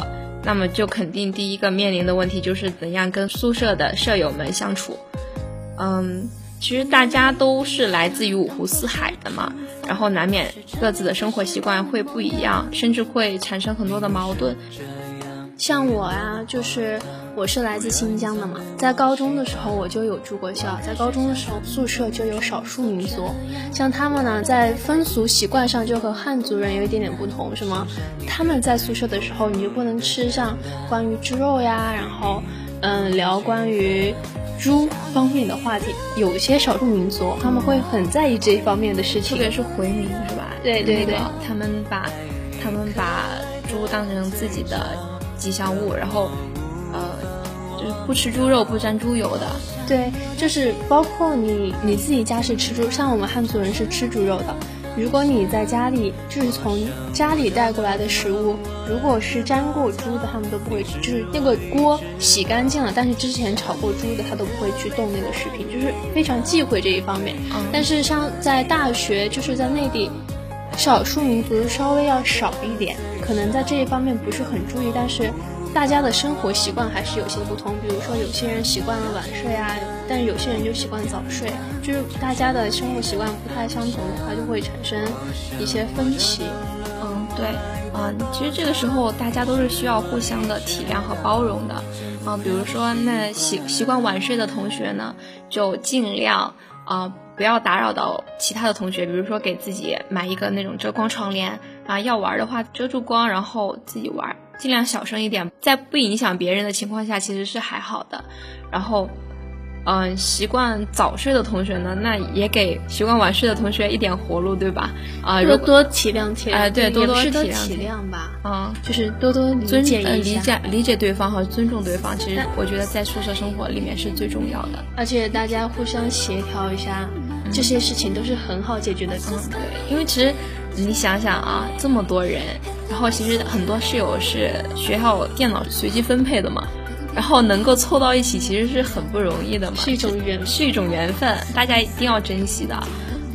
那么就肯定第一个面临的问题就是怎样跟宿舍的舍友们相处。其实大家都是来自于五湖四海的嘛，然后难免各自的生活习惯会不一样，甚至会产生很多的矛盾。 像我啊，就是我是来自新疆的嘛，在高中的时候我就有住过校，在高中的时候宿舍就有少数民族，像他们呢在风俗习惯上就和汉族人有一点点不同，什么他们在宿舍的时候你就不能吃像关于猪肉呀，然后聊关于猪方面的话题，有些少数民族他们会很在意这一方面的事情， 特别是回民是吧？ 对对对， 他们把猪当成自己的吉祥物，然后就是不吃猪肉不沾猪油的。 对，就是包括你自己家是吃猪，像我们汉族人是吃猪肉的，如果你在家里就是从家里带过来的食物，如果是沾过猪的他们都不会去，就是那个锅洗干净了但是之前炒过猪的他都不会去动那个食品，就是非常忌讳这一方面。但是像在大学就是在内地，少数民族稍微要少一点，可能在这一方面不是很注意，但是大家的生活习惯还是有些不同，比如说有些人习惯了晚睡啊，但是有些人就习惯早睡，就是大家的生活习惯不太相同的话就会产生一些分歧。 对，其实这个时候大家都是需要互相的体谅和包容的。比如说那习惯晚睡的同学呢，就尽量不要打扰到其他的同学，比如说给自己买一个那种遮光窗帘啊，要玩的话遮住光，然后自己玩，尽量小声一点，在不影响别人的情况下其实是还好的。然后习惯早睡的同学呢，那也给习惯晚睡的同学一点活路，对吧？ 多体谅对，多体谅吧。就是多理解对方和尊重对方，其实我觉得在宿舍生活里面是最重要的。 而且大家互相协调一下，这些事情都是很好解决的。 对，因为其实你想想啊，这么多人，然后其实很多室友是学校电脑随机分配的嘛，然后能够凑到一起其实是很不容易的嘛， 是一种缘分， 大家一定要珍惜的。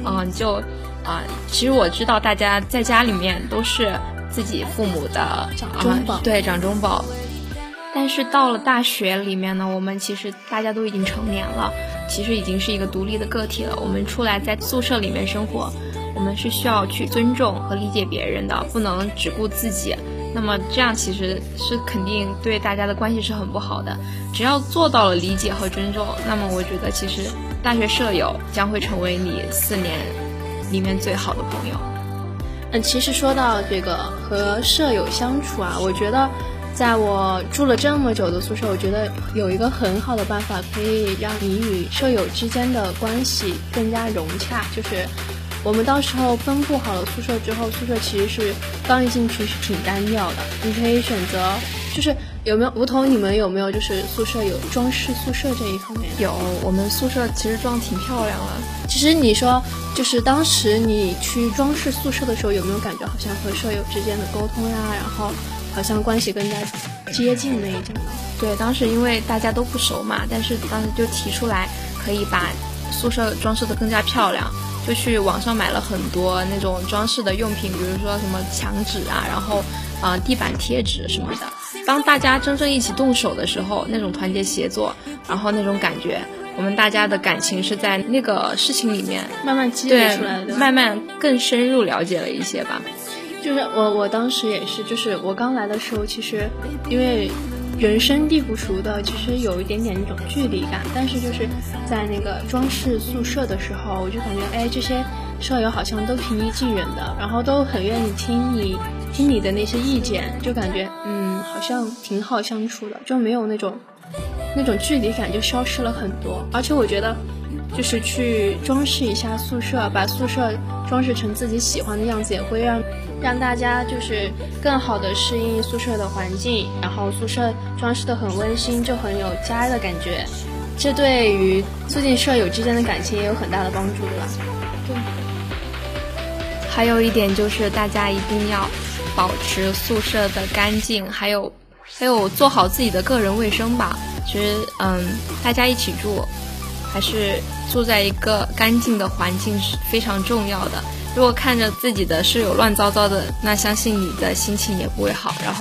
其实我知道大家在家里面都是自己父母的掌中宝，但是到了大学里面呢，我们其实大家都已经成年了，其实已经是一个独立的个体了。我们出来在宿舍里面生活，我们是需要去尊重和理解别人的，不能只顾自己。那么这样其实是肯定对大家的关系是很不好的。只要做到了理解和尊重，那么我觉得其实大学舍友将会成为你4年里面最好的朋友。 其实说到这个和舍友相处啊，我觉得在我住了这么久的宿舍，我觉得有一个很好的办法可以让你与舍友之间的关系更加融洽，就是我们到时候分布好了宿舍之后，宿舍其实是刚一进去是挺单调的，你可以选择，就是有没有梧桐，你们有没有就是宿舍有装饰宿舍这一方面？ 有，我们宿舍其实装挺漂亮了。 其实你说就是当时你去装饰宿舍的时候，有没有感觉好像和舍友之间的沟通呀，然后好像关系更加接近那一种？ 对，当时因为大家都不熟嘛，但是当时就提出来可以把宿舍装饰得更加漂亮，就去网上买了很多那种装饰的用品，比如说什么墙纸啊，然后地板贴纸什么的。当大家真正一起动手的时候，那种团结协作，然后那种感觉，我们大家的感情是在那个事情里面慢慢积累出来的， 慢慢更深入了解了一些吧。 就是我当时也是，就是我刚来的时候，其实因为人生地不熟的，其实有一点点那种距离感，但是就是在那个装饰宿舍的时候，我就感觉这些舍友好像都平易近人的，然后都很愿意听你的那些意见，就感觉好像挺好相处的，就没有那种距离感，就消失了很多。而且我觉得就是去装饰一下宿舍，把宿舍装饰成自己喜欢的样子，也会让大家就是更好的适应宿舍的环境，然后宿舍装饰的很温馨，就很有家的感觉，这对于促进舍友之间的感情也有很大的帮助的啦。 对，还有一点就是大家一定要保持宿舍的干净，还有做好自己的个人卫生吧。其实大家一起住，还是住在一个干净的环境是非常重要的。如果看着自己的室友乱糟糟的，那相信你的心情也不会好，然后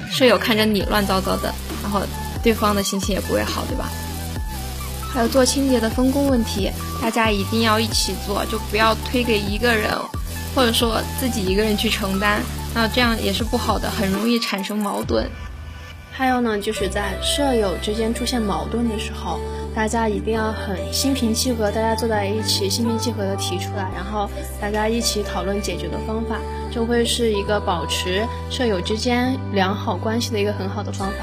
舍友看着你乱糟糟的，然后对方的心情也不会好，对吧？还有做清洁的分工问题，大家一定要一起做，就不要推给一个人，或者说自己一个人去承担，那这样也是不好的，很容易产生矛盾。 还有呢，就是在舍友之间出现矛盾的时候，大家一定要很心平气和，大家坐在一起心平气和的提出来，然后大家一起讨论解决的方法，这会是一个保持舍友之间良好关系的一个很好的方法。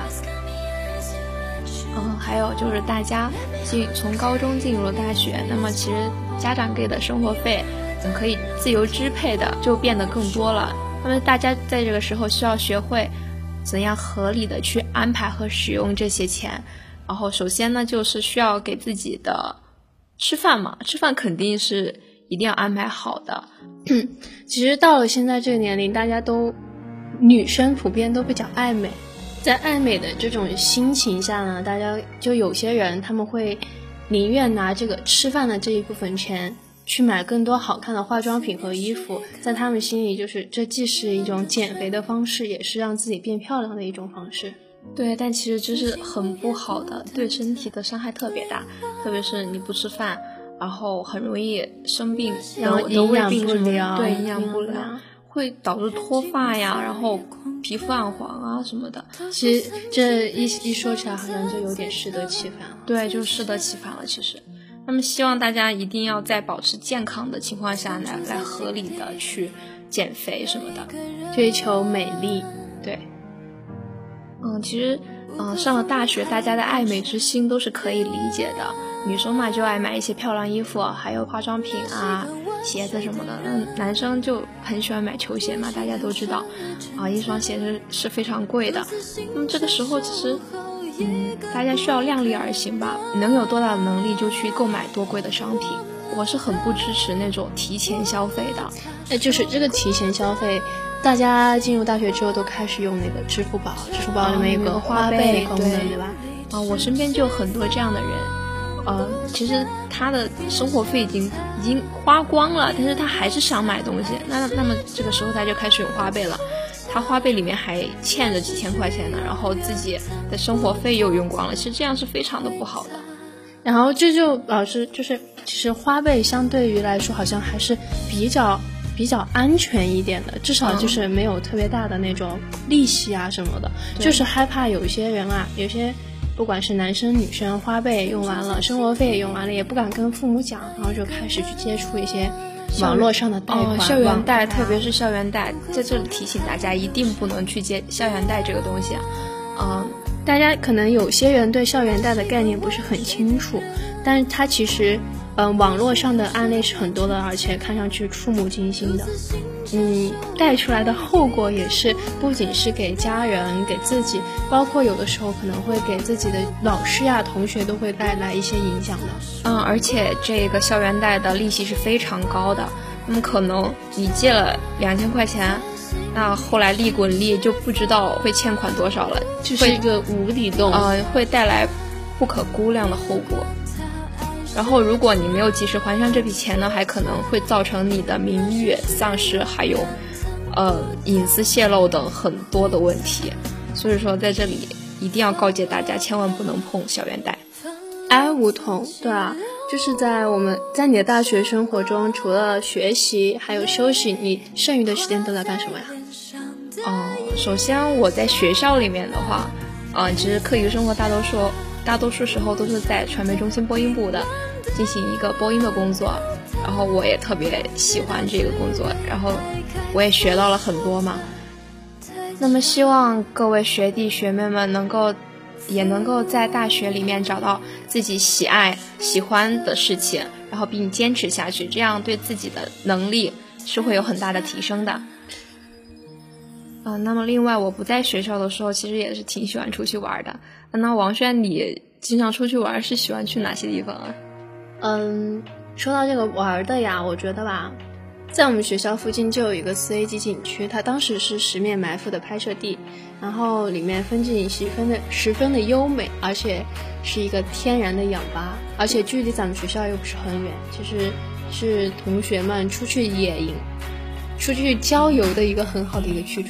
还有就是大家从高中进入了大学，那么其实家长给的生活费可以自由支配的就变得更多了。那么大家在这个时候需要学会怎样合理的去安排和使用这些钱。然后首先呢，就是需要给自己的吃饭嘛，吃饭肯定是一定要安排好的。 其实到了现在这个年龄，大家女生普遍都比较爱美，在爱美的这种心情下呢，大家就有些人他们会宁愿拿这个吃饭的这一部分钱去买更多好看的化妆品和衣服，在他们心里就是这既是一种减肥的方式，也是让自己变漂亮的一种方式。 对，但其实这是很不好的，对身体的伤害特别大，特别是你不吃饭，然后很容易生病， 然后营养不良， 对，营养不良会导致脱发呀，然后皮肤暗黄啊什么的。 其实这一说起来好像就有点适得其反了。 对，就适得其反了其实。那么希望大家一定要在保持健康的情况下来合理的去减肥什么的， 追求美丽。 对，其实上了大学，大家的爱美之心都是可以理解的。女生嘛就爱买一些漂亮衣服，还有化妆品啊、鞋子什么的。男生就很喜欢买球鞋嘛，大家都知道一双鞋子是非常贵的。那么这个时候其实大家需要量力而行吧，能有多大的能力就去购买多贵的商品。我是很不支持那种提前消费的。 就是这个提前消费，大家进入大学之后都开始用那个支付宝里面有个花呗功能，对吧？ 我身边就有很多这样的人。其实他的生活费已经花光了，但是他还是想买东西，那么这个时候他就开始用花呗了。他花呗里面还欠着几千块钱呢，然后自己的生活费又用光了，其实这样是非常的不好的。 然后这就表示就是其实花呗相对于来说好像还是比较安全一点的，至少就是没有特别大的那种利息啊什么的。就是害怕有一些人有些不管是男生女生，花呗用完了，生活费也用完了，也不敢跟父母讲，然后就开始去接触一些网络上的贷款、 校园贷，特别是校园贷，在这里提醒大家一定不能去接校园贷这个东西大家可能有些人对校园贷的概念不是很清楚，但是它其实网络上的案例是很多的，而且看上去触目惊心的。带出来的后果也是不仅是给家人给自己，包括有的时候可能会给自己的老师呀同学都会带来一些影响的。 而且这个校园贷的利息是非常高的，那么可能你借了2000块钱，那后来利滚利就不知道会欠款多少了， 就是一个无底洞， 会带来不可估量的后果。然后如果你没有及时还上这笔钱呢，还可能会造成你的名誉丧失，还有隐私泄露等很多的问题。所以说在这里一定要告诫大家，千万不能碰校园贷。 梧桐，对啊，就是在你的大学生活中，除了学习还有休息，你剩余的时间都在干什么呀？ 首先我在学校里面的话，其实课余生活大多数时候都是在传媒中心播音部的进行一个播音的工作，然后我也特别喜欢这个工作，然后我也学到了很多嘛。那么希望各位学弟学妹们能够在大学里面找到自己喜欢的事情，然后并坚持下去，这样对自己的能力是会有很大的提升的。那么另外我不在学校的时候其实也是挺喜欢出去玩的。那王轩，你经常出去玩是喜欢去哪些地方啊？ 说到这个玩的呀，我觉得吧，在我们学校附近就有一个4A级景区，它当时是十面埋伏的拍摄地，然后里面风景十分的优美，而且是一个天然的氧吧，而且距离咱们学校又不是很远，其实是同学们出去野营出去郊游的一个很好的一个去处。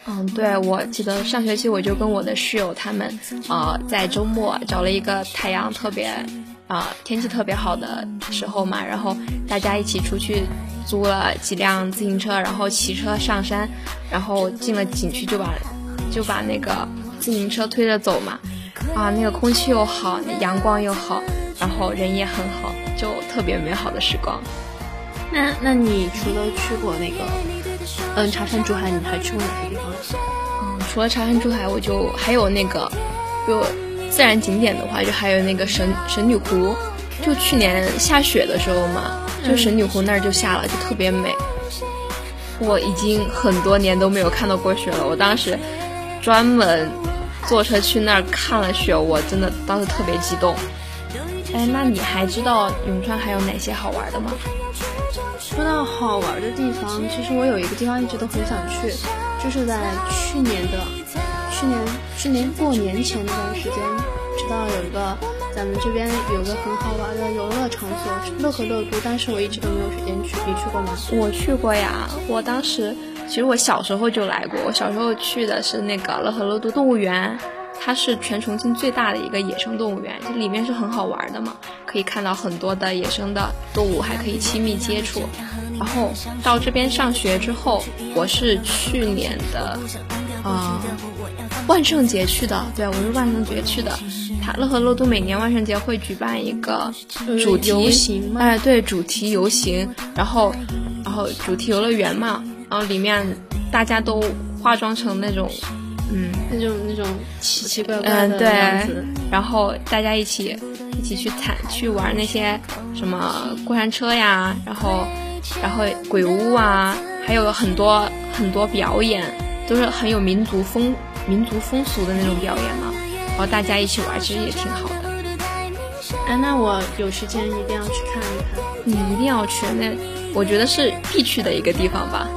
对，我记得上学期我就跟我的室友他们，在周末找了一个太阳特别，天气特别好的时候嘛，然后大家一起出去租了几辆自行车，然后骑车上山，然后进了景区就把那个自行车推着走嘛，那个空气又好，阳光又好，然后人也很好，就特别美好的时光。 那你除了去过那个茶山珠海，你还去过哪些地方？ 除了茶山珠海，我就还有那个就自然景点的话，就还有那个神女湖，就去年下雪的时候嘛，就神女湖那儿就下了，就特别美。我已经很多年都没有看到过雪了，我当时专门坐车去那儿看了雪，我真的当时特别激动。那你还知道永川还有哪些好玩的吗？ 说到好玩的地方，其实我有一个地方一直都很想去，就是在去年过年前那段时间，知道有一个咱们这边有个很好玩的游乐场所乐和乐都，但是我一直都没有时间去。你去过吗？ 我去过呀，我当时其实我小时候就来过，我小时候去的是那个乐和乐都动物园，它是全重庆最大的一个野生动物园，这里面是很好玩的嘛，可以看到很多的野生的动物，还可以亲密接触。然后到这边上学之后，我是去年的万圣节去的，对，我是万圣节去的。它乐和乐都每年万圣节会举办一个主题游行嘛， 对，主题游行，然后主题游乐园嘛，然后里面大家都化妆成那种那种奇奇怪怪的样子， 对，然后大家一起去玩那些什么过山车呀，然后鬼屋啊，还有很多很多表演，都是很有民族风俗的那种表演嘛，然后大家一起玩，其实也挺好的。 那我有时间一定要去看一看。 你一定要去，那我觉得是必去的一个地方吧。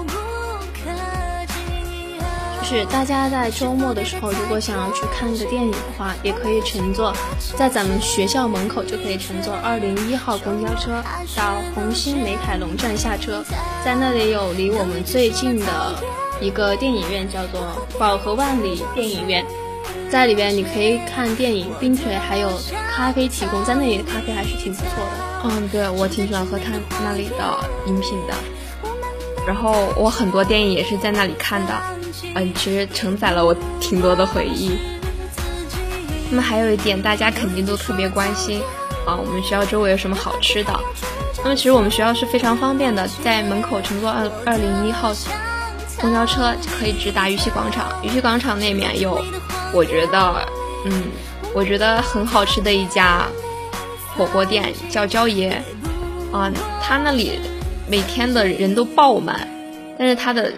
就是大家在周末的时候，如果想要去看一个电影的话，也可以乘坐在咱们学校门口就可以乘坐201号公交车到红星美凯龙站下车，在那里有离我们最近的一个电影院，叫做宝和万里电影院，在里边你可以看电影，并且还有咖啡提供，在那里的咖啡还是挺不错的。 对，我挺喜欢喝他那里的饮品的，然后我很多电影也是在那里看的，其实承载了我挺多的回忆。那么还有一点大家肯定都特别关心我们学校周围有什么好吃的。那么其实我们学校是非常方便的，在门口乘坐201号公交车可以直达渝西广场，渝西广场那边有我觉得很好吃的一家火锅店，叫焦爷他那里每天的人都爆满，但是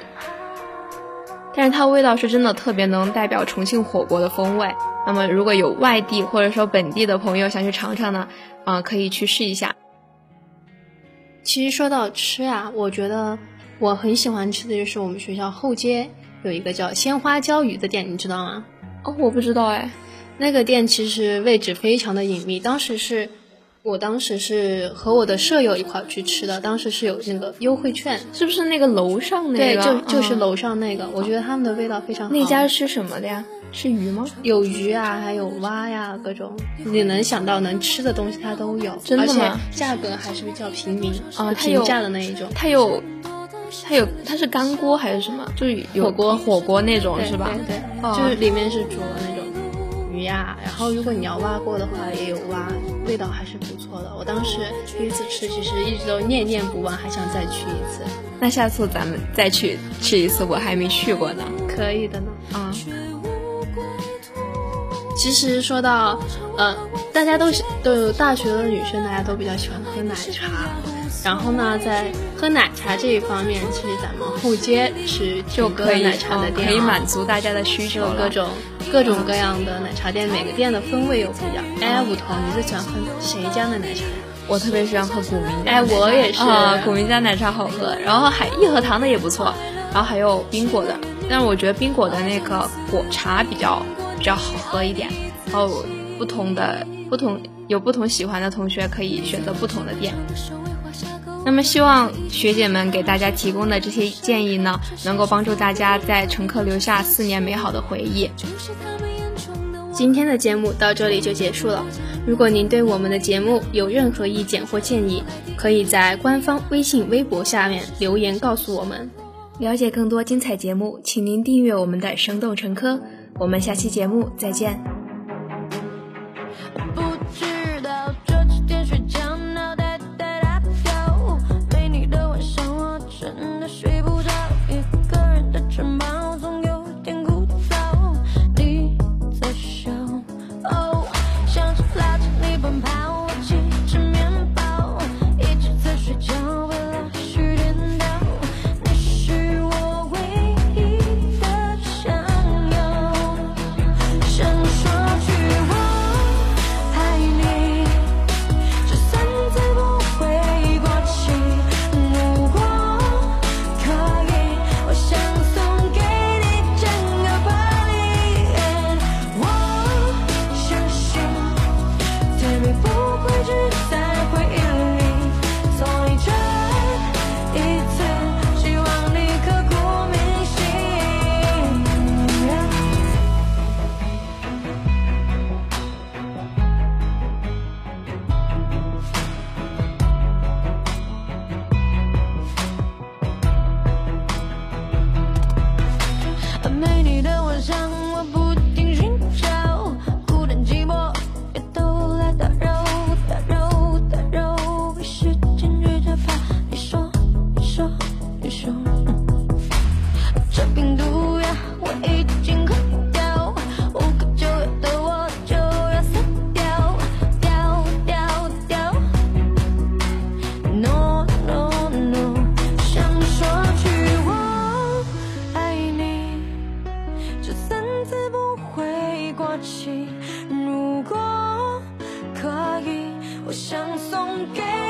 它味道是真的特别能代表重庆火锅的风味。那么如果有外地或者说本地的朋友想去尝尝呢，可以去试一下。 其实说到吃我觉得我很喜欢吃的就是我们学校后街有一个叫鲜花椒鱼的店，你知道吗？ 我不知道那个店其实位置非常的隐秘，我当时是和我的舍友一块去吃的，当时是有那个优惠券。 是不是那个楼上那个？ 对，就是楼上那个，我觉得他们的味道非常好。 那家是什么的呀？是鱼吗？ 有鱼还有蛙呀，各种你能想到能吃的东西它都有。 真的吗？ 而且价格还是比较平民平价的那一种。 它是干锅还是什么？就是有火锅那种是吧？ 对，就是里面是煮了那种鱼然后如果你要挖过的话也有挖，味道还是不错的。我当时第一次吃，其实一直都念念不忘，还想再去一次。 那下次咱们再去吃一次，我还没去过呢。 可以的呢。其实说到大家都有大学的女生，大家都比较喜欢喝奶茶。然后呢，在喝奶茶这一方面，其实咱们后街是就可以奶茶的店， 可以满足大家的需求了。 各种各样的奶茶店，每个店的风味又不一样。梧桐，你最喜欢喝谁家的奶茶呀？ 我特别喜欢喝古茗家。 我也是。 古茗家奶茶好喝，然后还益禾堂的也不错，然后还有冰果的，但是我觉得冰果的那个果茶比较好喝一点。然后有不同喜欢的同学可以选择不同的店。 那么希望学姐们给大家提供的这些建议呢，能够帮助大家在乘客留下4年美好的回忆。 今天的节目到这里就结束了。如果您对我们的节目有任何意见或建议，可以在官方微信、微博下面留言告诉我们。 了解更多精彩节目，请您订阅我们的生动乘科。我们下期节目再见。 不知道这几天睡觉脑袋大掉，没你的晚上我真的睡不着，一个人的城堡总有点枯燥。你在笑，哦，想起拉着你奔跑，我骑着面包，一直在睡觉，为了许颠倒。你是我唯一的想要，想说句我爱你，这3字不会过期。如果可以，我想送给你整个巴黎。我相信甜蜜不会只在回忆里，所以这一次希望你刻骨铭心。没你的晚上，我不停寻找，孤单寂寞也都来打扰，打扰，打扰，没时间追着跑。你说，你说，你说，这病毒呀，我已经快掉，5个9月的我就要死掉，掉掉掉。No no no， 想说句我爱你，这3字不会过期。如果可以，我想送给